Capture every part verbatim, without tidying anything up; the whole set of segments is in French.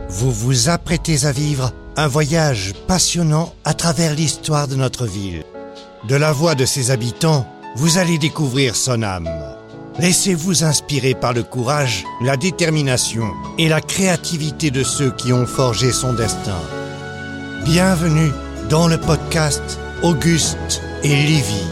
Vous vous apprêtez à vivre un voyage passionnant à travers l'histoire de notre ville. De la voix de ses habitants, vous allez découvrir son âme. Laissez-vous inspirer par le courage, la détermination et la créativité de ceux qui ont forgé son destin. Bienvenue dans le podcast Auguste et Livy.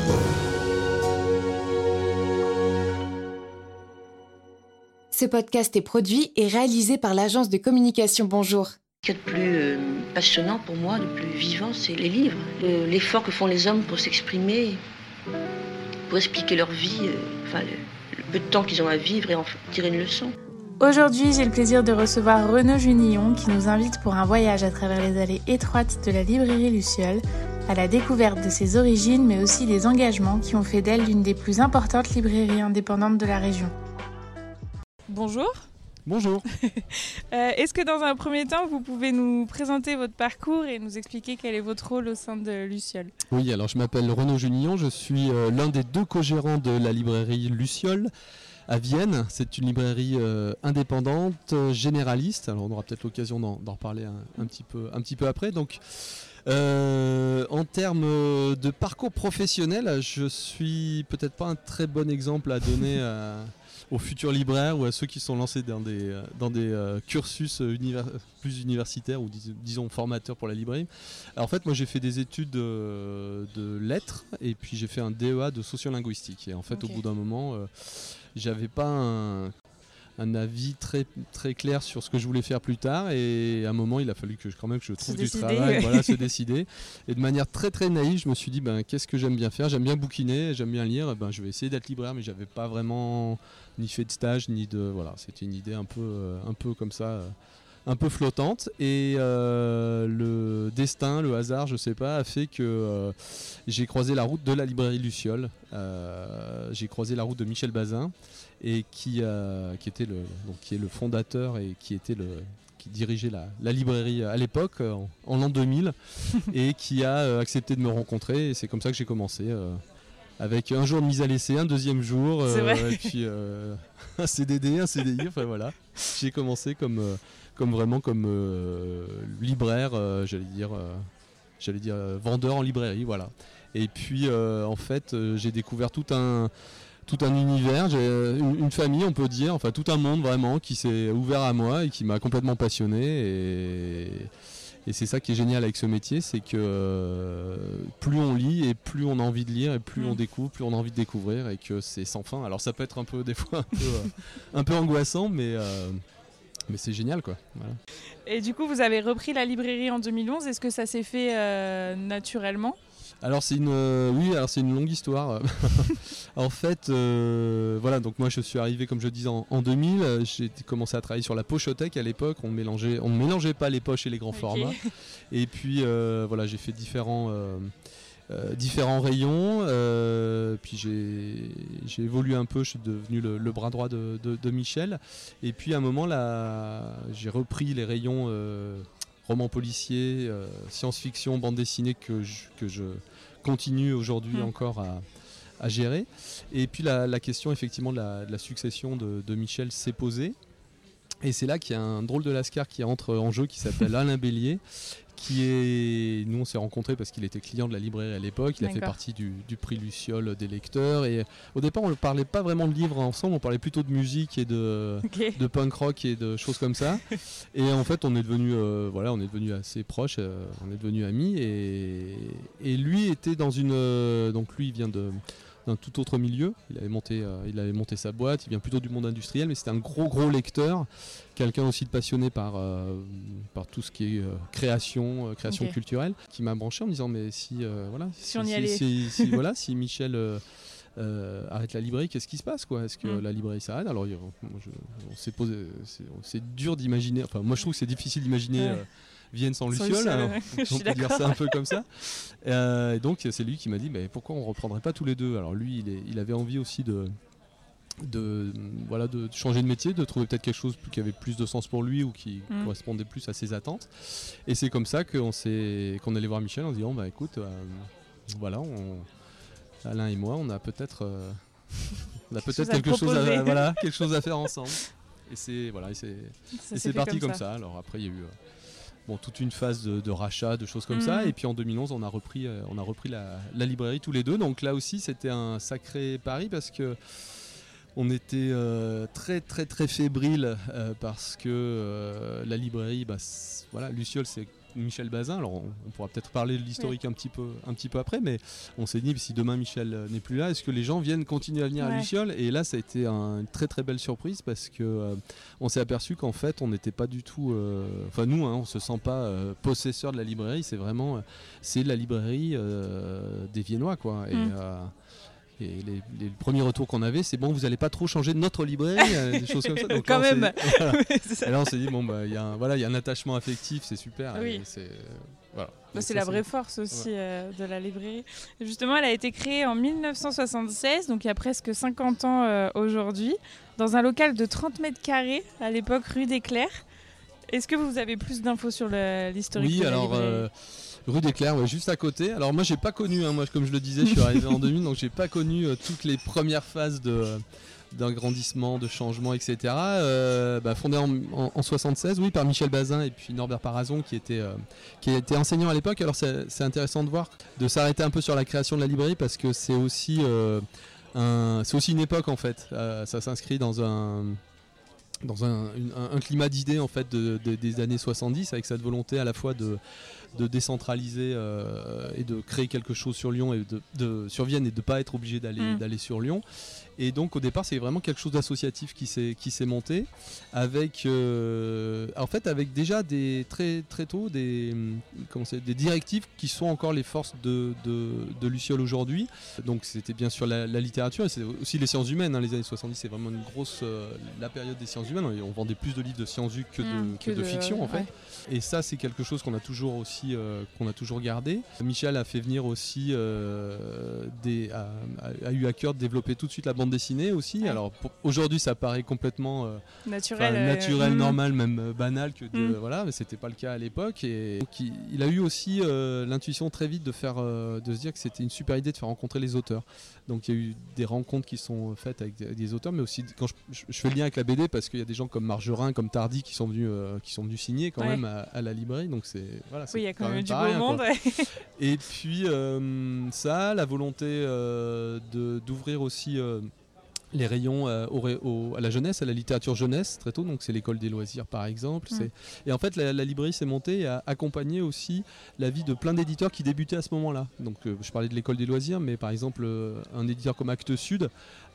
Ce podcast est produit et réalisé par l'agence de communication Bonjour. Ce qu'il y a de plus euh, passionnant pour moi, de plus vivant, c'est les livres. Le, l'effort que font les hommes pour s'exprimer, pour expliquer leur vie, euh, enfin, le, le peu de temps qu'ils ont à vivre et en tirer une leçon. Aujourd'hui, j'ai le plaisir de recevoir Renaud Junillon qui nous invite pour un voyage à travers les allées étroites de la librairie Luciole, à la découverte de ses origines mais aussi des engagements qui ont fait d'elle l'une des plus importantes librairies indépendantes de la région. Bonjour. Bonjour. euh, est-ce que dans un premier temps, vous pouvez nous présenter votre parcours et nous expliquer quel est votre rôle au sein de Luciole ? Oui, alors je m'appelle Renaud Junillon, je suis euh, l'un des deux co-gérants de la librairie Luciole à Vienne. C'est une librairie euh, indépendante, euh, généraliste. Alors on aura peut-être l'occasion d'en, d'en reparler un, un, petit peu, un petit peu après. Donc, euh, en termes de parcours professionnel, je suis peut-être pas un très bon exemple à donner à... aux futurs libraires ou à ceux qui sont lancés dans des, dans des euh, cursus univers, plus universitaires ou dis, disons formateurs pour la librairie. Alors en fait, moi j'ai fait des études de, de lettres et puis j'ai fait un D E A de sociolinguistique. Et en fait, okay. Au bout d'un moment, euh, j'avais pas un, un avis très, très clair sur ce que je voulais faire plus tard. Et à un moment, il a fallu que je, quand même que je trouve se du décider, travail, ouais. voilà, se décider. Et de manière très très naïve, je me suis dit, ben, qu'est-ce que j'aime bien faire ? J'aime bien bouquiner, j'aime bien lire. Ben, je vais essayer d'être libraire, mais j'avais pas vraiment ni fait de stage, ni de... Voilà, c'était une idée un peu, euh, un peu comme ça, euh, un peu flottante. Et euh, le destin, le hasard, je sais pas, a fait que euh, j'ai croisé la route de la librairie Luciole. Euh, j'ai croisé la route de Michel Bazin, et qui, euh, qui, était le, donc, qui est le fondateur et qui était le... qui dirigeait la, la librairie à l'époque, en, en l'an deux mille, et qui a euh, accepté de me rencontrer. Et c'est comme ça que j'ai commencé. Euh, avec un jour de mise à l'essai, un deuxième jour, euh, et puis euh, un C D D, un C D I, enfin voilà. J'ai commencé comme, euh, comme vraiment comme euh, libraire, euh, j'allais dire, euh, j'allais dire euh, vendeur en librairie, voilà. Et puis euh, en fait, euh, j'ai découvert tout un, tout un univers, j'ai une, une famille, on peut dire, enfin tout un monde vraiment qui s'est ouvert à moi et qui m'a complètement passionné. Et, Et c'est ça qui est génial avec ce métier, c'est que euh, plus on lit et plus on a envie de lire et plus mmh. on découvre, plus on a envie de découvrir et que c'est sans fin. Alors ça peut être un peu des fois un peu, euh, un peu angoissant, mais, euh, mais c'est génial quoi. Voilà. Et du coup vous avez repris la librairie en deux mille onze, est-ce que ça s'est fait euh, naturellement ? Alors c'est une euh, oui alors c'est une longue histoire. En fait euh, voilà, donc moi je suis arrivé comme je disais en, en deux mille, j'ai commencé à travailler sur la pochothèque à l'époque, on mélangeait on ne mélangeait pas les poches et les grands okay. formats. Et puis euh, voilà, j'ai fait différents euh, euh, différents rayons, euh, puis j'ai j'ai évolué un peu, je suis devenu le, le bras droit de, de, de Michel. Et puis à un moment là, j'ai repris les rayons euh, romans policiers, euh, science-fiction, bande dessinée que je, que je continue aujourd'hui mmh. encore à, à gérer. Et puis la, la question effectivement de la, de la succession de, de Michel s'est posée. Et c'est là qu'il y a un drôle de lascar qui entre en jeu qui s'appelle Alain Bélier, qui est... Nous on s'est rencontrés parce qu'il était client de la librairie à l'époque, il D'accord. a fait partie du, du prix Luciole des lecteurs. Et au départ on ne parlait pas vraiment de livres ensemble, on parlait plutôt de musique et de, okay. de punk rock et de choses comme ça. Et en fait on est devenus euh, voilà, on est devenus assez proches, euh, on est devenus amis. Et, et lui était dans une... Euh, donc lui il vient de... d'un tout autre milieu, il avait, monté, euh, il avait monté sa boîte, il vient plutôt du monde industriel, mais c'était un gros gros lecteur, quelqu'un aussi de passionné par, euh, par tout ce qui est euh, création, euh, création okay. culturelle, qui m'a branché en me disant mais si, euh, voilà, si, si, on y si, allait. si, si, voilà, si Michel euh, euh, arrête la librairie, qu'est-ce qui se passe quoi ? Est-ce que mm. la librairie s'arrête ? Alors moi, je, on s'est posé, c'est, c'est dur d'imaginer, enfin moi je trouve que c'est difficile d'imaginer... Ouais. Euh, Vienne sans Luciole, alors, on peut d'accord. dire ça un peu comme ça. Euh, et donc c'est lui qui m'a dit mais pourquoi on reprendrait pas tous les deux ? Alors lui il, est, il avait envie aussi de, de, voilà, de changer de métier, de trouver peut-être quelque chose qui avait plus de sens pour lui ou qui mmh. correspondait plus à ses attentes. Et c'est comme ça qu'on, s'est, qu'on allait voir Michel en disant bah écoute, euh, voilà, on, Alain et moi on a peut-être, euh, on a peut-être quelque chose, à, voilà, quelque chose à faire ensemble. et c'est, voilà, et c'est, Ça et s'est c'est fait parti comme comme ça. ça. Alors après, il y a eu euh, bon, toute une phase de, de rachat, de choses comme Mhm. ça. Et puis en deux mille onze, on a repris, euh, on a repris la, la librairie tous les deux. Donc là aussi, c'était un sacré pari parce que on était euh, très très très fébrile euh, parce que euh, la librairie, bah, c'est- voilà, Luciole, c'est Michel Bazin. Alors on, on pourra peut-être parler de l'historique un petit peu un petit peu après, mais on s'est dit si demain Michel euh, n'est plus là, est-ce que les gens viennent continuer à venir Ouais. à Luciole? Et là, ça a été un- une très très belle surprise parce que euh, on s'est aperçu qu'en fait, on n'était pas du tout, euh, enfin nous, hein, on se sent pas euh, possesseur de la librairie. C'est vraiment, euh, c'est la librairie euh, des Viennois, quoi. Et, Mm. euh, et les, les premiers retours qu'on avait, c'est bon, vous n'allez pas trop changer de notre librairie, euh, des choses comme ça. Donc Quand là, on même. s'est- voilà. C'est ça. Et là, on s'est dit bon, bah, il y a un, voilà, il y a un attachement affectif, c'est super. Oui. Et c'est, euh, voilà. Bah, Donc c'est ça, la vraie force aussi euh, de la librairie. Et justement, elle a été créée en mille neuf cent soixante-seize, donc il y a presque cinquante ans euh, aujourd'hui, dans un local de trente mètres carrés, à l'époque rue des Clercs. Est-ce que vous avez plus d'infos sur le- l'historique Oui, de la alors librairie euh, rue des Clercs, ouais, juste à côté. Alors moi, j'ai pas connu, hein, moi, comme je le disais, je suis arrivé en deux mille, donc j'ai pas connu euh, toutes les premières phases de euh, d'agrandissement, de changement, et cetera. Euh, bah, fondé en, en, en soixante-seize, oui, par Michel Bazin et puis Norbert Parazon, qui était euh, qui était enseignant à l'époque. Alors c'est, c'est intéressant de voir, de s'arrêter un peu sur la création de la librairie parce que c'est aussi euh, un, c'est aussi une époque en fait. Euh, ça s'inscrit dans un dans un, une- un- un climat d'idées en fait de, de- des années soixante-dix, avec cette volonté à la fois de, de décentraliser euh, et de créer quelque chose sur Lyon et de, de sur Vienne et de ne pas être obligé d'aller, Mm. d'aller sur Lyon. Et donc au départ c'est vraiment quelque chose d'associatif qui s'est, qui s'est monté avec euh, en fait avec déjà des très très tôt des, comment c'est, des directives qui sont encore les forces de, de, de Luciole aujourd'hui. Donc c'était bien sûr la, la littérature et c'est aussi les sciences humaines, hein. Les années soixante-dix c'est vraiment une grosse euh, la période des sciences humaines. On vendait plus de livres de sciences humaines que de, Mm, que de fiction en fait. ouais. Et ça c'est quelque chose qu'on a toujours aussi euh, qu'on a toujours gardé. Michel a fait venir aussi euh, des a, a- a eu à cœur de développer tout de suite la bande dessinée aussi. Ouais. Alors pour- aujourd'hui ça paraît complètement euh, Naturel. enfin, euh, naturel, mm. normal, même euh, banal que de, Mm. voilà, mais c'était pas le cas à l'époque. Et donc, il, il a eu aussi euh, l'intuition très vite de faire, euh, de se dire que c'était une super idée de faire rencontrer les auteurs. Donc il y a eu des rencontres qui sont faites avec des, des auteurs, mais aussi quand je, je- je fais le lien avec la B D parce qu'il y a des gens comme Margerin, comme Tardy qui sont venus, euh, qui sont venus signer quand Ouais. même à, à la librairie. Donc c'est voilà, c'est Oui, il y a quand même du pas beau rien, quoi. monde. ouais. Et puis euh, ça, la volonté euh, de, d'ouvrir aussi euh, les rayons euh, au, ré- au- à la jeunesse, à la littérature jeunesse très tôt, donc c'est l'école des loisirs par exemple. Mm. C'est... Et en fait la, la librairie s'est montée et a accompagné aussi la vie de plein d'éditeurs qui débutaient à ce moment-là. Donc euh, je parlais de l'école des loisirs, mais par exemple euh, un éditeur comme Actes Sud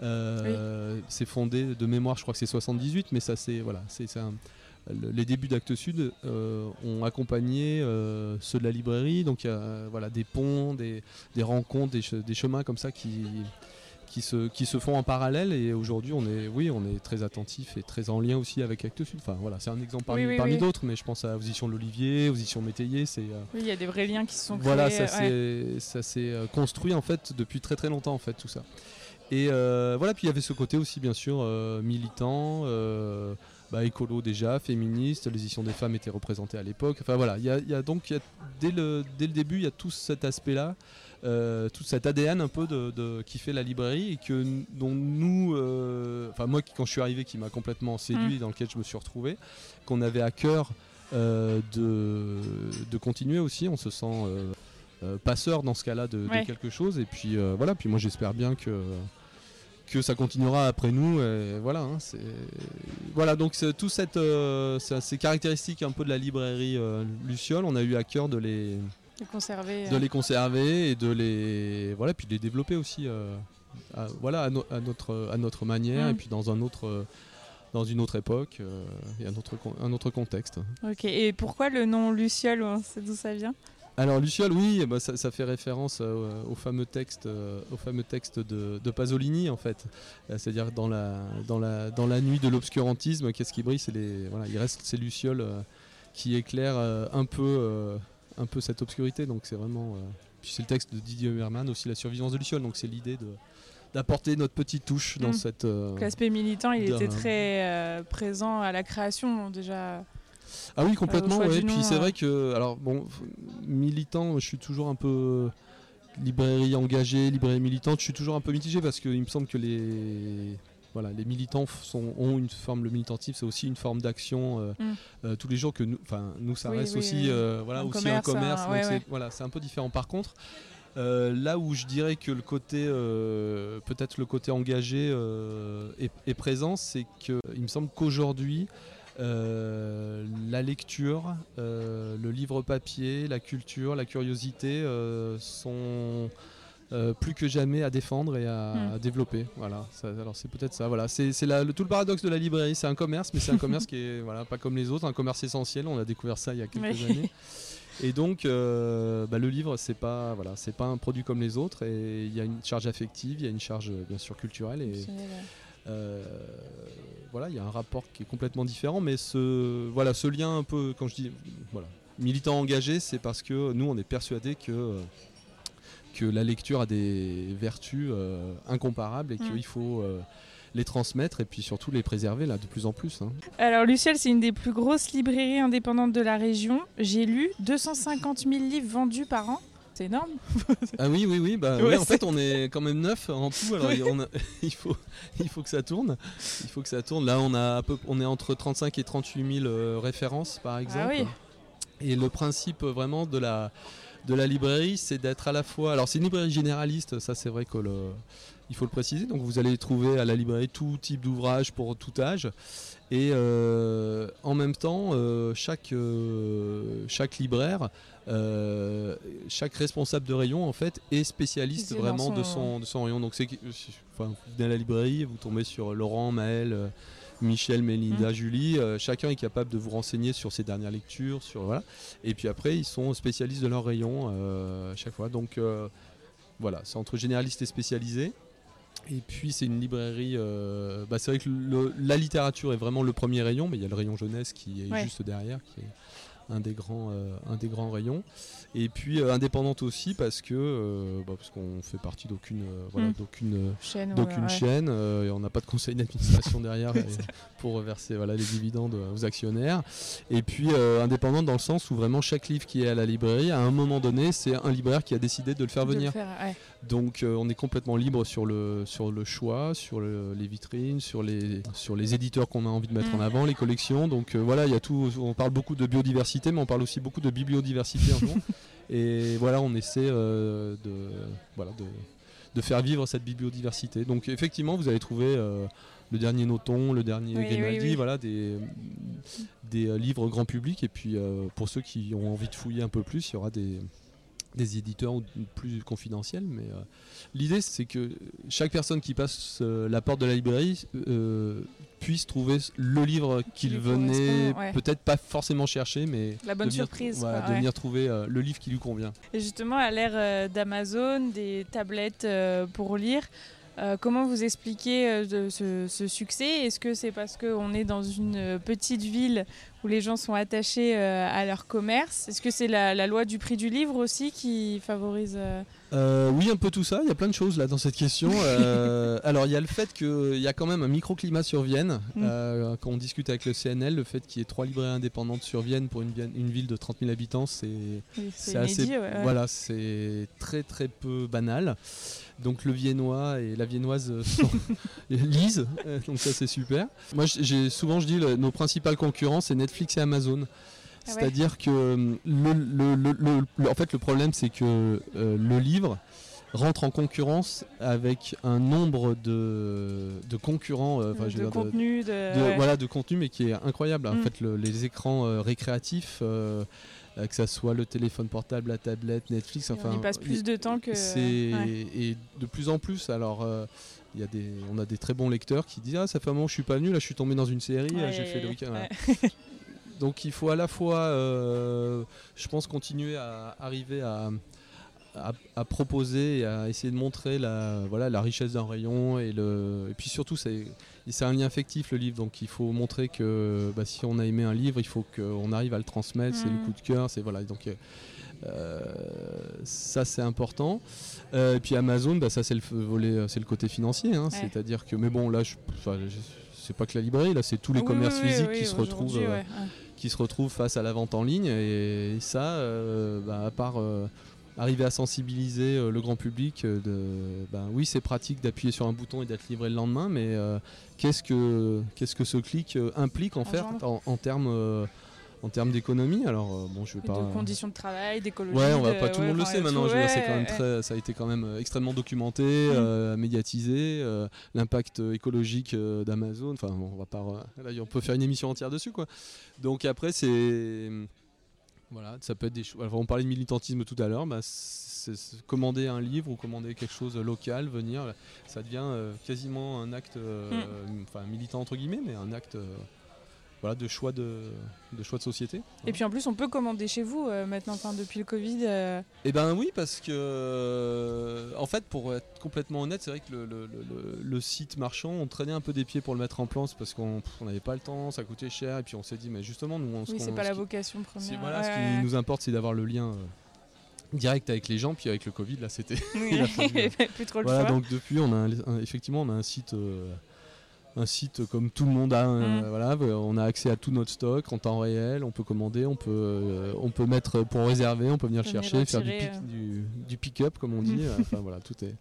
euh, s'est fondé de mémoire, je crois que c'est soixante-dix-huit, mais ça c'est voilà, c'est, c'est un- le- les débuts d'Actes Sud euh, ont accompagné euh, ceux de la librairie, donc il y a euh, voilà, des ponts, des, des rencontres, des, che- des chemins comme ça qui, qui, se, qui se font en parallèle. Et aujourd'hui, on est, oui, on est très attentif et très en lien aussi avec Actes Sud. Enfin, voilà, c'est un exemple parmi, Oui, oui, parmi oui. d'autres, mais je pense à aux éditions de l'Olivier, aux éditions Métayer. C'est, euh, Oui, il y a des vrais liens qui se sont créés. voilà, ça ouais. s'est, ça s'est euh, construit en fait depuis très très longtemps en fait tout ça. Et euh, voilà, puis il y avait ce côté aussi bien sûr euh, militant, euh, bah, écolo déjà, féministe, les éditions des femmes étaient représentées à l'époque. Enfin voilà, il y a, il y a donc il y a, dès, le, dès le début il y a tout cet aspect-là, euh, tout cet A D N un peu de, de, qui fait la librairie et que dont nous, euh, enfin moi qui, quand je suis arrivé qui m'a complètement séduit, Mm. dans lequel je me suis retrouvé, qu'on avait à cœur euh, de, de continuer aussi, on se sent euh, euh, passeur dans ce cas-là de, de Ouais. quelque chose et puis euh, voilà, puis moi j'espère bien que que ça continuera après nous et voilà hein, c'est voilà donc c'est tout cette euh, ça- ces caractéristiques un peu de la librairie euh, Luciole, on a eu à cœur de les De conserver. de euh, les conserver et de les voilà puis de les développer aussi euh, à, voilà à, no- à notre à notre manière Mm. et puis dans un autre euh, dans une autre époque euh, et un autre con- un autre contexte. Ok. Et pourquoi le nom Luciole, hein, c'est d'où ça vient? Alors Luciole, oui, bah, ça, ça fait référence euh, au fameux texte, euh, au fameux texte de, de Pasolini en fait. Euh, c'est-à-dire dans la, dans la, dans la nuit de l'obscurantisme, qu'est-ce qui brille, c'est les, voilà, il reste ces lucioles euh, qui éclairent euh, un peu, euh, un peu cette obscurité. Donc c'est vraiment. Euh, puis c'est le texte de Didier Herman aussi, la survivance de Luciole. Donc c'est l'idée de d'apporter notre petite touche dans Mm. cette. euh, L'aspect militant, il d'un- était très euh, présent à la création déjà. Ah oui, au complètement. choix Ouais. du Puis nom, c'est euh. vrai que, alors bon, f- militant, je suis toujours un peu librairie engagée, librairie militante. Je suis toujours un peu mitigé parce qu'il me semble que les voilà, les militants sont, ont une forme, le militantisme c'est aussi une forme d'action euh, mm. euh, tous les jours que nous, enfin nous ça oui, reste oui, aussi, oui. Euh, voilà, aussi commerce, un commerce. Un, ouais, donc ouais. C'est, voilà, c'est un peu différent. Par contre, euh, là où je dirais que le côté, euh, peut-être le côté engagé euh, est, est présent, c'est que il me semble qu'aujourd'hui euh, la lecture, euh, le livre papier, la culture, la curiosité euh, sont Euh, plus que jamais à défendre et à, mmh. à développer. Voilà. Ça, alors c'est peut-être ça. Voilà. C'est, c'est la, le, tout le paradoxe de la librairie. C'est un commerce, mais c'est un commerce qui est voilà, pas comme les autres, un commerce essentiel. On a découvert ça il y a quelques oui. années. Et donc, euh, bah, le livre, c'est pas, voilà, c'est pas un produit comme les autres. Et il y a une charge affective, il y a une charge bien sûr culturelle. Et euh, voilà, il y a un rapport qui est complètement différent. Mais ce, voilà, ce lien un peu, quand je dis, voilà, militant engagé, c'est parce que nous, on est persuadés que euh, que la lecture a des vertus euh, incomparables et mmh. qu'il faut euh, les transmettre et puis surtout les préserver là, de plus en plus. Hein. Alors Luciole, c'est une des plus grosses librairies indépendantes de la région. J'ai lu deux cent cinquante mille livres vendus par an. C'est énorme. Ah oui, oui, oui. Bah, ouais, ouais, en fait, on est quand même neuf en tout. Alors oui. on a, il, faut, il faut que ça tourne. Il faut que ça tourne. Là, on, a un peu, on est entre trente-cinq et trente-huit mille euh, références, par exemple. Ah oui. Et le principe vraiment de la... de la librairie, c'est d'être à la fois... Alors c'est une librairie généraliste, ça c'est vrai qu'il faut le préciser, donc vous allez trouver à la librairie tout type d'ouvrage pour tout âge, et euh, en même temps, euh, chaque, euh, chaque libraire, euh, chaque responsable de rayon en fait est spécialiste c'est vraiment son... de, son, de son rayon. Donc c'est, enfin, vous venez à la librairie, vous tombez sur Laurent, Maël... Euh, Michel, Mélinda, mmh. Julie, euh, chacun est capable de vous renseigner sur ses dernières lectures, sur voilà. Et puis après, ils sont spécialistes de leur rayon euh, à chaque fois. Donc euh, voilà, c'est entre généralistes et spécialisés. Et puis c'est une librairie. Euh, bah, c'est vrai que le, la littérature est vraiment le premier rayon, mais il y a le rayon jeunesse qui est ouais. juste derrière, qui est un des grands, euh, un des grands rayons. Et puis euh, indépendante aussi parce que euh, bah, parce qu'on fait partie d'aucune euh, voilà, mmh. d'aucune chaîne, d'aucune ouais. chaîne euh, et on n'a pas de conseil d'administration derrière et, pour reverser voilà les dividendes aux actionnaires. Et puis euh, indépendante dans le sens où vraiment chaque livre qui est à la librairie à un moment donné c'est un libraire qui a décidé de le faire de venir. Le faire, ouais. Donc euh, on est complètement libre sur le sur le choix, sur le, les vitrines, sur les sur les éditeurs qu'on a envie de mettre mmh. en avant, les collections. Donc euh, voilà, il y a tout. On parle beaucoup de biodiversité, mais on parle aussi beaucoup de bibliodiversité un jour. Et voilà, on essaie euh, de, voilà, de, de faire vivre cette bibliodiversité. Donc effectivement, vous allez trouver euh, le dernier Noton, le dernier oui, Grimaldi, oui, oui. Voilà, des, des euh, livres grand public. Et puis euh, pour ceux qui ont envie de fouiller un peu plus, il y aura des, des éditeurs plus confidentiels. Mais euh, l'idée, c'est que chaque personne qui passe euh, la porte de la librairie euh, puisse trouver le livre qu'il qui venait ouais. peut-être pas forcément chercher, mais la bonne de venir, surprise, voilà, quoi, de ouais. venir trouver euh, le livre qui lui convient. Et justement, à l'ère euh, d'Amazon, des tablettes euh, pour lire, euh, comment vous expliquez euh, de, ce, ce succès ? Est-ce que c'est parce qu'on est dans une petite ville où les gens sont attachés euh, à leur commerce ? Est-ce que c'est la, la loi du prix du livre aussi qui favorise euh... Euh, oui, un peu tout ça. Il y a plein de choses là dans cette question. Euh, alors, il y a le fait qu'il y a quand même un microclimat sur Vienne. Mmh. Euh, quand on discute avec le C N L, le fait qu'il y ait trois librairies indépendantes sur Vienne pour une, une ville de trente mille habitants, c'est, oui, c'est, c'est assez. Ouais, ouais. Voilà, c'est très très peu banal. Donc le Viennois et la Viennoise sont lisent, donc ça c'est super. Moi, j'ai souvent je dis le, nos principales concurrents c'est Netflix et Amazon. Ah ouais. C'est-à-dire que le, le, le, le, le, en fait, le problème, c'est que euh, le livre rentre en concurrence avec un nombre de, de concurrents, euh, de, de contenu, de, de, de ouais. voilà, de contenu, mais qui est incroyable. Mm. En fait, le, les écrans euh, récréatifs, euh, que ça soit le téléphone portable, la tablette, Netflix, enfin, on y passe plus de temps que. C'est ouais. Et de plus en plus, alors. Euh, Il y a des, on a des très bons lecteurs qui disent ah ça fait un moment que je suis pas venu là je suis tombé dans une série ouais, j'ai fait le week-end ouais. voilà. Donc il faut à la fois euh, je pense continuer à arriver à, à, à proposer et à essayer de montrer la, voilà, la richesse d'un rayon et, le, et puis surtout c'est, c'est un lien affectif le livre donc il faut montrer que bah, si on a aimé un livre il faut qu'on arrive à le transmettre mmh. c'est le coup de cœur c'est, voilà, donc, Euh, ça c'est important euh, et puis Amazon bah, ça c'est le volet c'est le côté financier hein, ouais. c'est-à-dire que mais bon là je, je, c'est pas que la librairie là c'est tous les oui, commerces oui, physiques oui, qui oui, se retrouvent euh, ouais. qui se retrouvent face à la vente en ligne et, et ça euh, bah, à part euh, arriver à sensibiliser euh, le grand public. Euh, de, ben, oui, c'est pratique d'appuyer sur un bouton et d'être livré le lendemain, mais euh, qu'est-ce que qu'est-ce que ce clic euh, implique en fait en, en termes euh, en termes d'économie. Alors euh, bon, je vais et pas. De conditions de travail, d'écologie. Ouais, on va de... pas tout le ouais, monde le sait maintenant. Tout, Je veux dire, ouais, c'est quand même ouais. très, ça a été quand même extrêmement documenté, mmh. euh, médiatisé, euh, l'impact écologique euh, d'Amazon. Enfin, bon, on va pas. Euh, là, on peut faire une émission entière dessus, quoi. Donc après, c'est voilà, ça peut être des choses. On parlait de militantisme tout à l'heure. Bah, c'est, c'est commander un livre ou commander quelque chose local, venir, ça devient euh, quasiment un acte, euh, mmh. enfin militant entre guillemets, mais un acte. Euh, Voilà, de choix de, de choix de société. Et puis en plus, on peut commander chez vous euh, maintenant, enfin, depuis le Covid. Euh... Eh ben oui, parce que euh, en fait, pour être complètement honnête, c'est vrai que le, le, le, le site marchand, on traînait un peu des pieds pour le mettre en place parce qu'on n'avait pas le temps, ça coûtait cher, et puis on s'est dit, mais justement, nous, on, oui, c'est pas la vocation première. C'est, voilà, ouais, ce qui ouais. nous importe, c'est d'avoir le lien. Euh, direct avec les gens, puis avec le Covid, là, c'était. Oui. Il a fallu, euh, plus trop le voilà, choix. donc depuis, on a un, un, effectivement, on a un site. Euh, un site comme tout le monde a, euh, mmh. voilà, on a accès à tout notre stock en temps réel, on peut commander, on peut, euh, on peut mettre pour réserver, on peut venir le chercher, retirer, faire du, pick, euh... du, du pick-up comme on dit, euh, enfin voilà, tout est.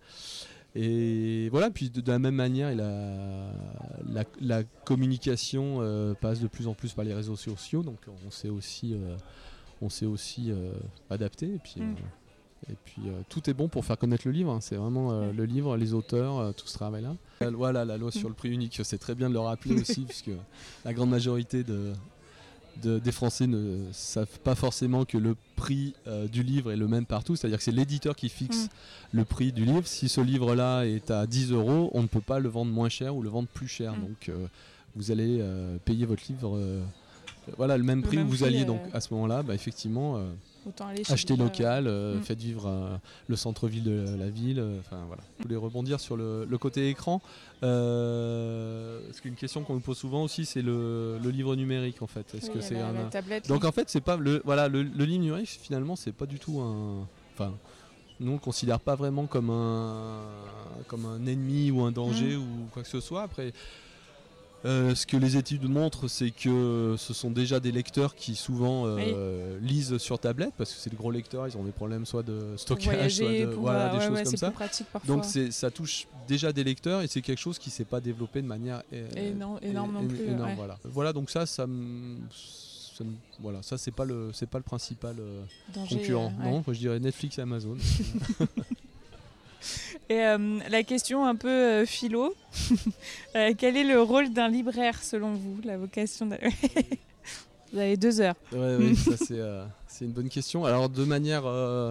Et voilà, puis de, de la même manière, la, la, la communication euh, passe de plus en plus par les réseaux sociaux, donc on s'est aussi, euh, on s'est aussi euh, adapté, et puis. mmh. Euh, Et puis euh, tout est bon pour faire connaître le livre, hein. C'est vraiment euh, le livre, les auteurs, euh, tout ce travail-là. La loi, là, la loi sur le prix unique, c'est très bien de le rappeler aussi, puisque la grande majorité de, de, des Français ne savent pas forcément que le prix euh, du livre est le même partout, c'est-à-dire que c'est l'éditeur qui fixe mmh. le prix du livre. Si ce livre-là est à dix euros, on ne peut pas le vendre moins cher ou le vendre plus cher, mmh. donc euh, vous allez euh, payer votre livre euh, voilà, le même le prix même où vous prix, alliez, euh... donc à ce moment-là, bah, effectivement... Euh, acheter local, euh, mmh. faites vivre euh, le centre-ville de la ville. Enfin euh, voilà. Je voulais rebondir sur le, le côté écran. Euh, parce qu'une question qu'on me pose souvent aussi, c'est le, le livre numérique en fait. Est-ce oui, que c'est la, un la tablette, donc oui. en fait c'est pas le voilà le, le livre numérique finalement c'est pas du tout un. Enfin nous on le considère pas vraiment comme un comme un ennemi ou un danger mmh. ou quoi que ce soit. Après. Euh, ce que les études montrent, c'est que ce sont déjà des lecteurs qui souvent euh, oui. lisent sur tablette, parce que c'est des gros lecteurs, ils ont des problèmes soit de stockage, soit de pour, voilà, euh, des ouais, choses ouais, comme c'est ça. Plus pratique parfois. Donc c'est, ça touche déjà des lecteurs et c'est quelque chose qui ne s'est pas développé de manière euh, énorme, énorme non plus. Énorme, ouais. voilà. voilà, donc ça, ça, ça voilà, ça c'est pas le, c'est pas le principal euh, Danger, concurrent. Euh, non, ouais. moi, je dirais Netflix et Amazon. Et euh, la question un peu euh, philo, euh, quel est le rôle d'un libraire selon vous, la vocation de... Vous avez deux heures. Ouais, oui, ça c'est, euh, c'est une bonne question. Alors de manière, euh,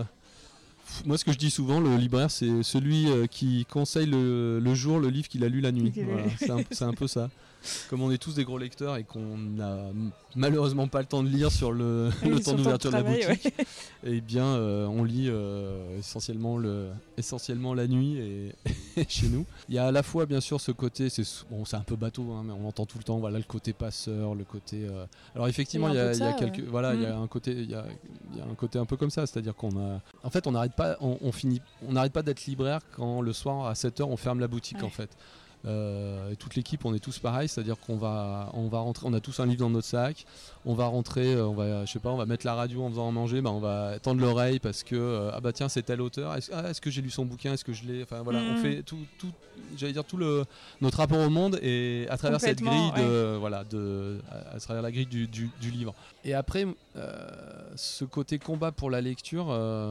moi ce que je dis souvent, le libraire c'est celui euh, qui conseille le, le jour le livre qu'il a lu la nuit. Voilà, c'est, un, c'est un peu ça. Comme on est tous des gros lecteurs et qu'on n'a malheureusement pas le temps de lire sur le, oui, le temps d'ouverture de, de la boutique, ouais. eh bien euh, on lit euh, essentiellement, le, essentiellement la nuit et, et chez nous. Il y a à la fois bien sûr ce côté, c'est, bon, c'est un peu bateau, hein, mais on entend tout le temps, voilà, le côté passeur, le côté... Euh... Alors effectivement, il y a, il y a quelques... Ouais. Voilà, il mmh. y a un côté, il y a, il y a un côté un peu comme ça, c'est-à-dire qu'on a... En fait, on n'arrête pas, on, on finit, on n'arrête pas d'être libraire quand le soir à sept heures on ferme la boutique ouais. en fait. Euh, et toute l'équipe, on est tous pareils, c'est-à-dire qu'on va, on va rentrer, on a tous un livre dans notre sac, on va rentrer, on va, je sais pas, on va mettre la radio en faisant à manger, bah on va tendre l'oreille parce que euh, ah bah tiens c'est tel auteur, est-ce, ah, est-ce que j'ai lu son bouquin, est-ce que je l'ai, enfin voilà, mmh. on fait tout, tout, j'allais dire tout le notre rapport au monde et à travers cette grille de, ouais. voilà, de, à, à travers la grille du, du, du livre. Et après, euh, ce côté combat pour la lecture,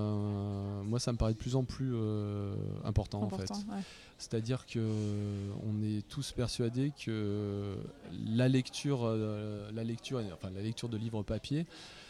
euh, moi ça me paraît de plus en plus euh, important, important en fait. Ouais. C'est-à-dire que on est tous persuadés que la lecture, euh, la lecture, enfin la lecture de livres papier,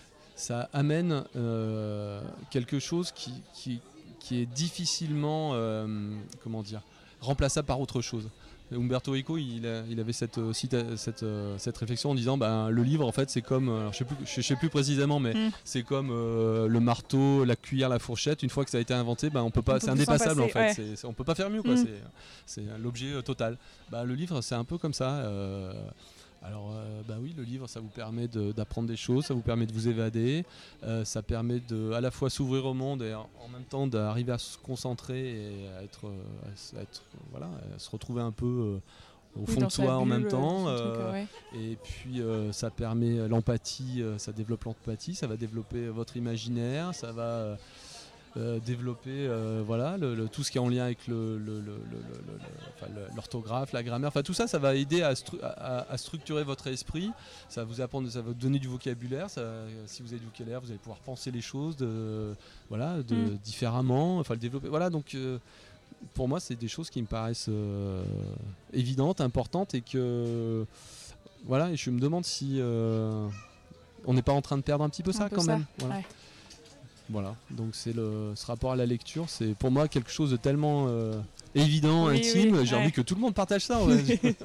ça amène euh, quelque chose qui, qui, qui est difficilement, euh, comment dire, remplaçable par autre chose. Umberto Eco, il, a, il avait cette, cette, cette, cette réflexion en disant ben, le livre en fait c'est comme, alors, je sais plus, je sais plus précisément, mais mm. c'est comme euh, le marteau, la cuillère, la fourchette. Une fois que ça a été inventé, ben, on peut pas, on c'est peut indépassable en fait. Ouais. C'est, c'est, on peut pas faire mieux quoi. Mm. C'est, c'est l'objet euh, total. Ben, le livre c'est un peu comme ça. Euh, Alors euh, bah oui, le livre ça vous permet de, d'apprendre des choses, ça vous permet de vous évader, euh, ça permet de à la fois s'ouvrir au monde et en, en même temps d'arriver à se concentrer et à être, à être voilà, à se retrouver un peu euh, au oui, fond de soi en même temps. Euh, truc, ouais. Et puis euh, ça permet l'empathie, euh, ça développe l'empathie, ça va développer votre imaginaire, ça va. Euh, euh, développer euh, voilà, le, le, tout ce qui est en lien avec le, le, le, le, le, le, enfin, le, l'orthographe, la grammaire, enfin, tout ça, ça va aider à, stru- à, à structurer votre esprit, ça va vous apprendre, ça va vous donner du vocabulaire, ça, si vous avez du vocabulaire, vous allez pouvoir penser les choses de, voilà, de, mm. différemment, enfin le développer. Voilà, donc euh, pour moi, c'est des choses qui me paraissent euh, évidentes, importantes et que voilà, et je me demande si euh, on n'est pas en train de perdre un petit peu ça un peu quand ça. même. Voilà. Ouais. Voilà, donc c'est le, ce rapport à la lecture, c'est pour moi quelque chose de tellement euh, évident, oui, intime. Oui, j'ai ouais. envie que tout le monde partage ça. Ouais.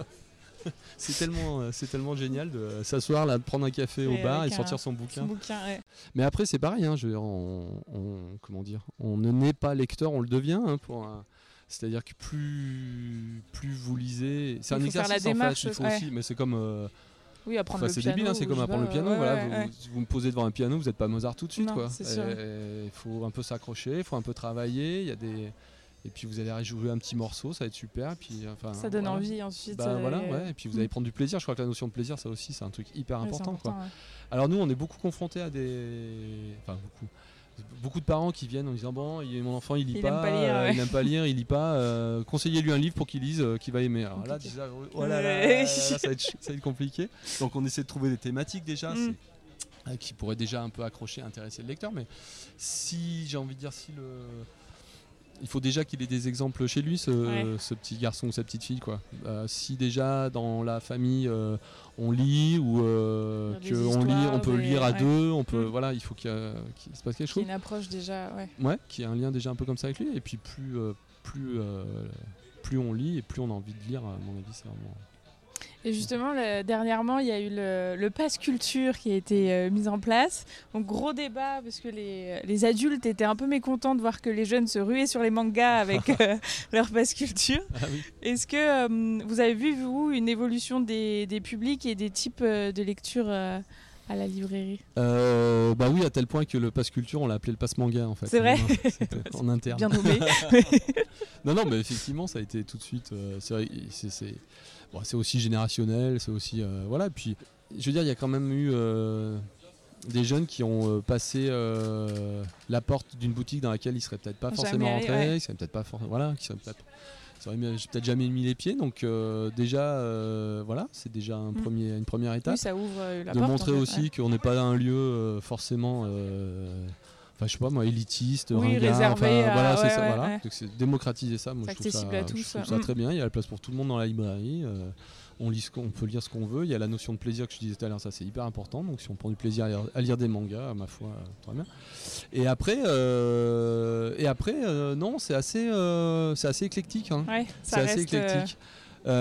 c'est tellement, c'est tellement génial de s'asseoir là, de prendre un café et au bar et sortir un, son bouquin. Son bouquin ouais. Mais après c'est pareil, hein, je, on, on, comment dire, on ne naît pas lecteur, on le devient. Hein, pour un, c'est-à-dire que plus, plus vous lisez, c'est il un exercice la démarche, en fait. Il faut ouais. aussi, mais c'est comme euh, oui, apprendre enfin, le c'est piano, débile, hein, c'est comme apprendre le piano. Ouais, voilà, ouais, vous, ouais. Vous, vous me posez devant un piano, vous n'êtes pas Mozart tout de suite. Il faut un peu s'accrocher, il faut un peu travailler. Il y a des... Et puis vous allez jouer un petit morceau, ça va être super. Puis, enfin, ça donne voilà. envie ensuite. Bah, euh... voilà, ouais. Et puis vous allez prendre du plaisir. Je crois que la notion de plaisir, ça aussi, c'est un truc hyper important. Ouais, important quoi. Ouais. Alors nous, on est beaucoup confrontés à des... Enfin, beaucoup... Beaucoup de parents qui viennent en disant bon, il, mon enfant il lit il pas, aime pas lire, euh, ouais. il aime pas lire, il lit pas. Euh, conseillez-lui un livre pour qu'il lise, euh, qu'il va aimer. Alors là, déjà, oh là là, là, là, ça, va être, ça va être compliqué. Donc on essaie de trouver des thématiques déjà, mm. c'est, euh, qui pourraient déjà un peu accrocher, intéresser le lecteur. Mais si j'ai envie de dire si le il faut déjà qu'il ait des exemples chez lui, ce, ouais. ce petit garçon ou cette petite fille, quoi. Euh, si déjà dans la famille euh, on lit ou euh, qu'on lit, on peut des... lire à ouais. deux, on peut, mmh. voilà, il faut qu'il, y a, qu'il se passe quelque chose. Qu'il y ait une approche déjà, ouais. Ouais, qu'il y ait un lien déjà un peu comme ça avec lui. Et puis plus, euh, plus, euh, plus on lit et plus on a envie de lire. À mon avis, c'est vraiment. Et justement, le, dernièrement, il y a eu le, le pass culture qui a été euh, mis en place. Donc, gros débat, parce que les, les adultes étaient un peu mécontents de voir que les jeunes se ruaient sur les mangas avec euh, leur pass culture. Ah oui. Est-ce que euh, vous avez vu, vous, une évolution des, des publics et des types euh, de lecture euh, à la librairie? euh, Bah oui, à tel point que le pass culture, on l'a appelé le pass manga, en fait. C'est vrai. En interne. Bien nommé. non, non, mais effectivement, ça a été tout de suite... Euh, c'est vrai, c'est... c'est... Bon, c'est aussi générationnel, c'est aussi euh, voilà. Et puis, je veux dire, il y a quand même eu euh, des jeunes qui ont euh, passé euh, la porte d'une boutique dans laquelle ils seraient peut-être pas forcément jamais, rentrés, ouais. ils seraient peut-être pas, for- voilà, qui seraient peut-être, ils auraient peut-être jamais mis les pieds. Donc euh, déjà, euh, voilà, c'est déjà un mm. premier, une première étape. Oui, ça ouvre euh, la de porte. montrer en fait, aussi ouais. qu'on n'est pas un lieu euh, forcément. Euh, Enfin, je sais pas moi, élitiste, oui, ringard, réservé enfin, à... voilà, ouais, c'est ça, ouais, voilà. ouais. Donc, c'est démocratiser ça, moi c'est je trouve ça, accessible à tous. je trouve ça mm. très bien. Il y a la place pour tout le monde dans la librairie. Euh, on lit ce qu'on, on peut lire ce qu'on veut. Il y a la notion de plaisir que je disais tout à l'heure, ça c'est hyper important. Donc si on prend du plaisir à lire, à lire des mangas, à ma foi, euh, très bien. Et après, euh, et après, euh, non, c'est assez, euh, c'est assez éclectique. Hein. Ouais, ça c'est reste assez éclectique. Il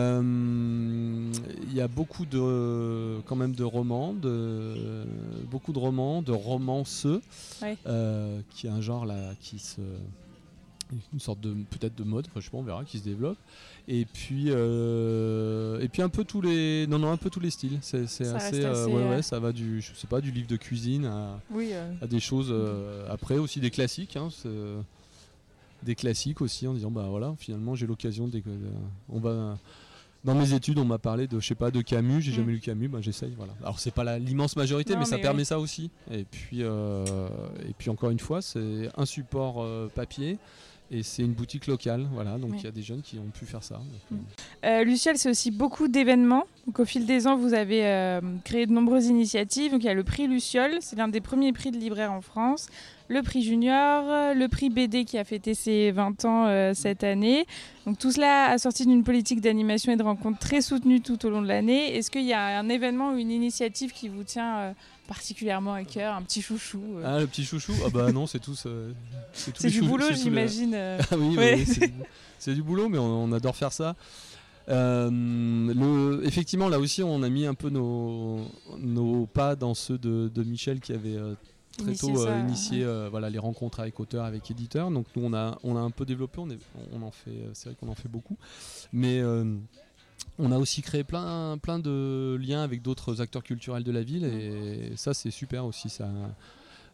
euh, y a beaucoup de, quand même de romans, de, beaucoup de romans, de romanceux, ouais. euh, qui est un genre là qui se, une sorte de peut-être de mode, enfin, je sais pas, on verra, qui se développe. Et puis, euh, et puis un peu tous les, non non, un peu tous les styles. C'est, c'est assez, euh, assez ouais euh... ouais, ça va du, je sais pas, du livre de cuisine à, oui, euh... à des choses. Euh, après aussi des classiques. Hein, c'est, des classiques aussi en disant bah voilà, finalement j'ai l'occasion de, on va dans mes études on m'a parlé de je sais pas de Camus, j'ai mmh. jamais lu Camus, bah j'essaye, voilà. Alors c'est pas la, l'immense majorité non, mais, mais ça oui. permet ça aussi. Et puis euh, et puis encore une fois, c'est un support euh, papier. Et c'est une boutique locale, voilà, donc il oui. y a des jeunes qui ont pu faire ça. Donc, euh, Luciel, c'est aussi beaucoup d'événements. Donc, au fil des ans, vous avez euh, créé de nombreuses initiatives. Donc, il y a le prix Luciole, c'est l'un des premiers prix de libraire en France. Le prix Junior, le prix B D qui a fêté ses vingt ans euh, cette année. Donc, tout cela assorti d'une politique d'animation et de rencontres très soutenue tout au long de l'année. Est-ce qu'il y a un événement ou une initiative qui vous tient euh, particulièrement à cœur, un petit chouchou euh... Ah, le petit chouchou. Ah bah non, c'est tous. Euh, c'est tous c'est du chou- boulot, c'est j'imagine. Le... Ah oui, ouais. oui c'est, c'est du boulot, mais on, on adore faire ça. Euh, le, effectivement, là aussi, on a mis un peu nos, nos pas dans ceux de, de Michel qui avait euh, très initié tôt ça, euh, initié ouais. euh, voilà, les rencontres avec auteurs, avec éditeurs. Donc nous, on a, on a un peu développé. On, est, on en fait. C'est vrai qu'on en fait beaucoup, mais euh, on a aussi créé plein, plein de liens avec d'autres acteurs culturels de la ville et ça c'est super aussi. Ça,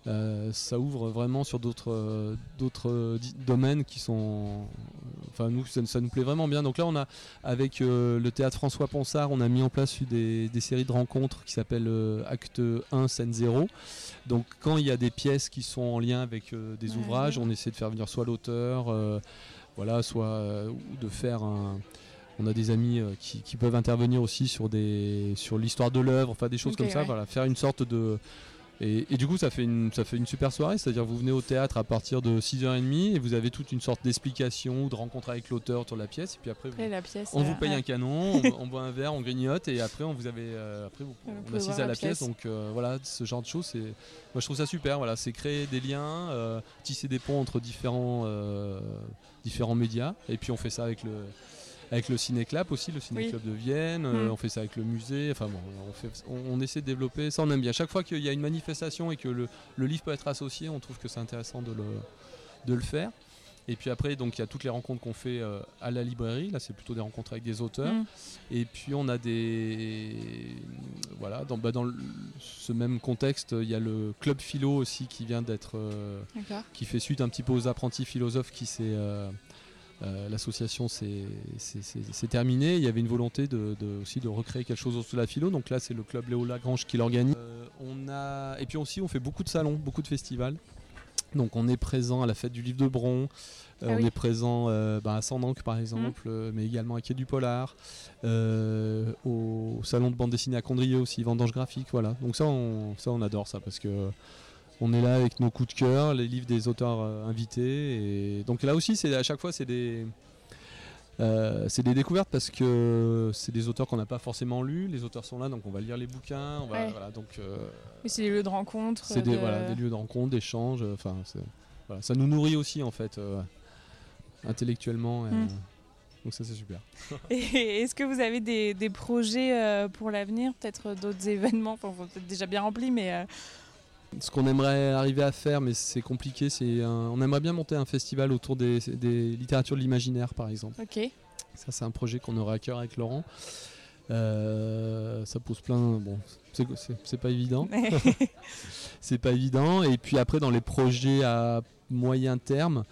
Euh, ça ouvre vraiment sur d'autres, euh, d'autres euh, di- domaines qui sont... Enfin, nous, ça, ça nous plaît vraiment bien. Donc là, on a, avec euh, le théâtre François Ponsard, on a mis en place des, des séries de rencontres qui s'appellent euh, Acte un, Scène zéro. Donc quand il y a des pièces qui sont en lien avec euh, des Ouais, ouvrages, ouais. on essaie de faire venir soit l'auteur, euh, voilà, soit euh, ou de faire un... On a des amis euh, qui, qui peuvent intervenir aussi sur, des, sur l'histoire de l'œuvre, enfin des choses Ok, comme ça, ouais. voilà, faire une sorte de... Et, et du coup ça fait, une, ça fait une super soirée, c'est-à-dire vous venez au théâtre à partir de six heures trente et vous avez toute une sorte d'explication ou de rencontre avec l'auteur sur la pièce, et puis après, Après, vous, la pièce, on euh, vous paye ouais. un canon, on, on boit un verre, on grignote, et après on vous avez, euh, après vous, On on peut assiste voir à la la pièce, pièce. donc euh, voilà, ce genre de choses, c'est, moi je trouve ça super, voilà, c'est créer des liens, euh, tisser des ponts entre différents, euh, différents médias, et puis on fait ça avec le... Avec le Ciné-Clap aussi, le Ciné-Club Oui. de Vienne, euh, Mm. on fait ça avec le musée, enfin bon, on, fait, on, on essaie de développer, ça on aime bien. Chaque fois qu'il y a une manifestation et que le, le livre peut être associé, on trouve que c'est intéressant de le, de le faire. Et puis après, donc il y a toutes les rencontres qu'on fait euh, à la librairie, là c'est plutôt des rencontres avec des auteurs. Mm. Et puis on a des... Voilà, dans, bah, dans le- ce même contexte, il y a le Club Philo aussi qui vient d'être... euh, D'accord. qui fait suite un petit peu aux apprentis philosophes qui s'est... euh, Euh, l'association s'est, s'est, s'est, s'est terminée. Il y avait une volonté de, de, aussi de recréer quelque chose autour de la philo. Donc là, c'est le club Léo Lagrange qui l'organise. Euh, on a... Et puis aussi, on fait beaucoup de salons, beaucoup de festivals. Donc on est présent à la fête du livre de Bron. Euh, Ah on oui. est présent euh, bah, à Sandanque par exemple, Mmh. euh, mais également à Quai du Polar, euh, au salon de bande dessinée à Condrieu aussi, vendange graphique, voilà. Donc ça on, ça on adore ça parce que on est là avec nos coups de cœur, les livres des auteurs euh, invités. Et donc là aussi, c'est, à chaque fois, c'est des, euh, c'est des découvertes parce que c'est des auteurs qu'on n'a pas forcément lus. Les auteurs sont là, donc on va lire les bouquins. On va, Ouais. voilà, donc, euh, Oui, c'est des lieux de rencontre. c'est des, de- voilà, des lieux de rencontre, d'échange. Enfin, c'est- voilà, ça nous nourrit aussi, en fait, euh, intellectuellement. Et, Mm. euh, donc ça, c'est super. Et est-ce que vous avez des, des projets euh, pour l'avenir, peut-être d'autres événements, enfin, vous êtes déjà bien remplis, mais euh, Ce qu'on aimerait arriver à faire, mais c'est compliqué, c'est un- on aimerait bien monter un festival autour des, des littératures de l'imaginaire, par exemple. ok. Ça, c'est un projet qu'on aurait à cœur avec Laurent. Euh, ça pose plein... Bon, c'est, c'est, c'est pas évident. C'est pas évident. Et puis après, dans les projets à moyen terme,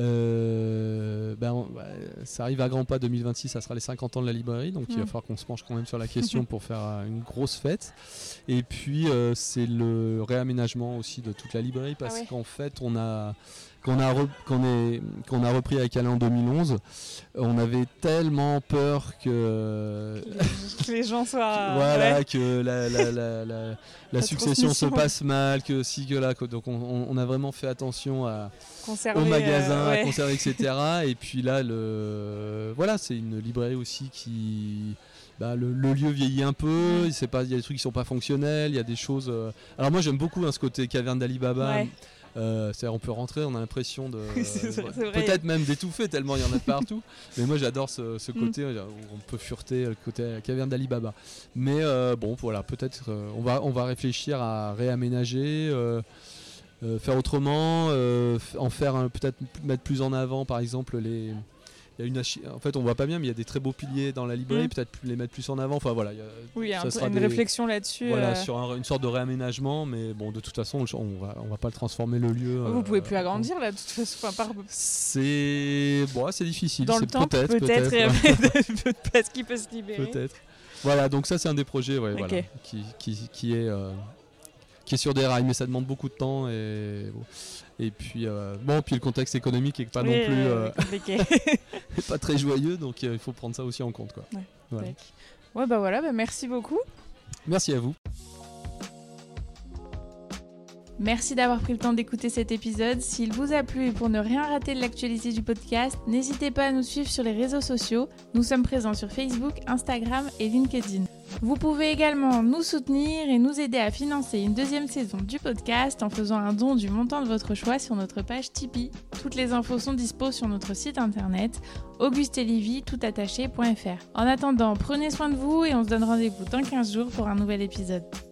euh, ben, on- bah, ça arrive à grands pas deux mille vingt-six, ça sera les cinquante ans de la librairie, donc il va Mm. falloir qu'on se penche quand même sur la question pour faire euh, une grosse fête. Et puis euh, c'est le réaménagement aussi de toute la librairie parce Ah ouais. qu'en fait on a qu'on a, re- qu'on est, qu'on a repris avec Alain en deux mille onze, on avait tellement peur que Que les gens soient. voilà, ouais. que la, la, la, la, la succession se transmission. passe mal, que si, que là. que- donc on, on- on a vraiment fait attention à, Conserver, au magasin, euh, ouais. à conserver, et cetera. Et puis là, le, voilà, c'est une librairie aussi qui... Bah, le, le lieu vieillit un peu, Mm. c'est pas, il y a des trucs qui sont pas fonctionnels, il y a des choses... euh, Alors moi j'aime beaucoup hein, ce côté caverne d'Ali Baba. Ouais. Euh, c'est-à-dire on peut rentrer, on a l'impression de Oui, c'est vrai, c'est vrai. peut-être même d'étouffer tellement il y en a de partout. Mais moi j'adore ce, ce Mm. côté où on peut fureter le côté caverne d'Ali Baba. Mais euh, bon voilà, peut-être euh, on va on va réfléchir à réaménager, euh, euh, faire autrement, euh, f- en faire un- peut-être mettre plus en avant par exemple les. Il y a une archi- en fait on voit pas bien mais il y a des très beaux piliers dans la librairie, Mm. peut-être les mettre plus en avant. Enfin voilà. il y a- Oui, il y a ça un- sera une des- réflexion là-dessus. voilà, euh, sur un- une sorte de réaménagement, mais bon, de toute façon, on on va, on va pas le transformer le lieu. Vous euh, pouvez plus agrandir là, de toute façon. Enfin, par- C'est bon, c'est difficile. Dans le c'est temps, peut-être, peut-être, peut-être, et ouais, peu de place qui peut se libérer. peut-être. Voilà, donc ça c'est un des projets, ouais, Ok. voilà, qui, qui, qui est euh, qui est sur des rails, mais ça demande beaucoup de temps et bon. Et puis euh, bon, puis le contexte économique est pas Oui, non plus euh, euh, compliqué. pas très joyeux, donc euh, il faut prendre ça aussi en compte, quoi. Ouais. Voilà. Tac. Ouais, bah voilà, bah merci beaucoup. Merci à vous. Merci d'avoir pris le temps d'écouter cet épisode. S'il vous a plu et pour ne rien rater de l'actualité du podcast, n'hésitez pas à nous suivre sur les réseaux sociaux. Nous sommes présents sur Facebook, Instagram et LinkedIn. Vous pouvez également nous soutenir et nous aider à financer une deuxième saison du podcast en faisant un don du montant de votre choix sur notre page Tipeee. Toutes les infos sont dispo sur notre site internet augustelivy tout attaché point f r. En attendant, prenez soin de vous et on se donne rendez-vous dans quinze jours pour un nouvel épisode.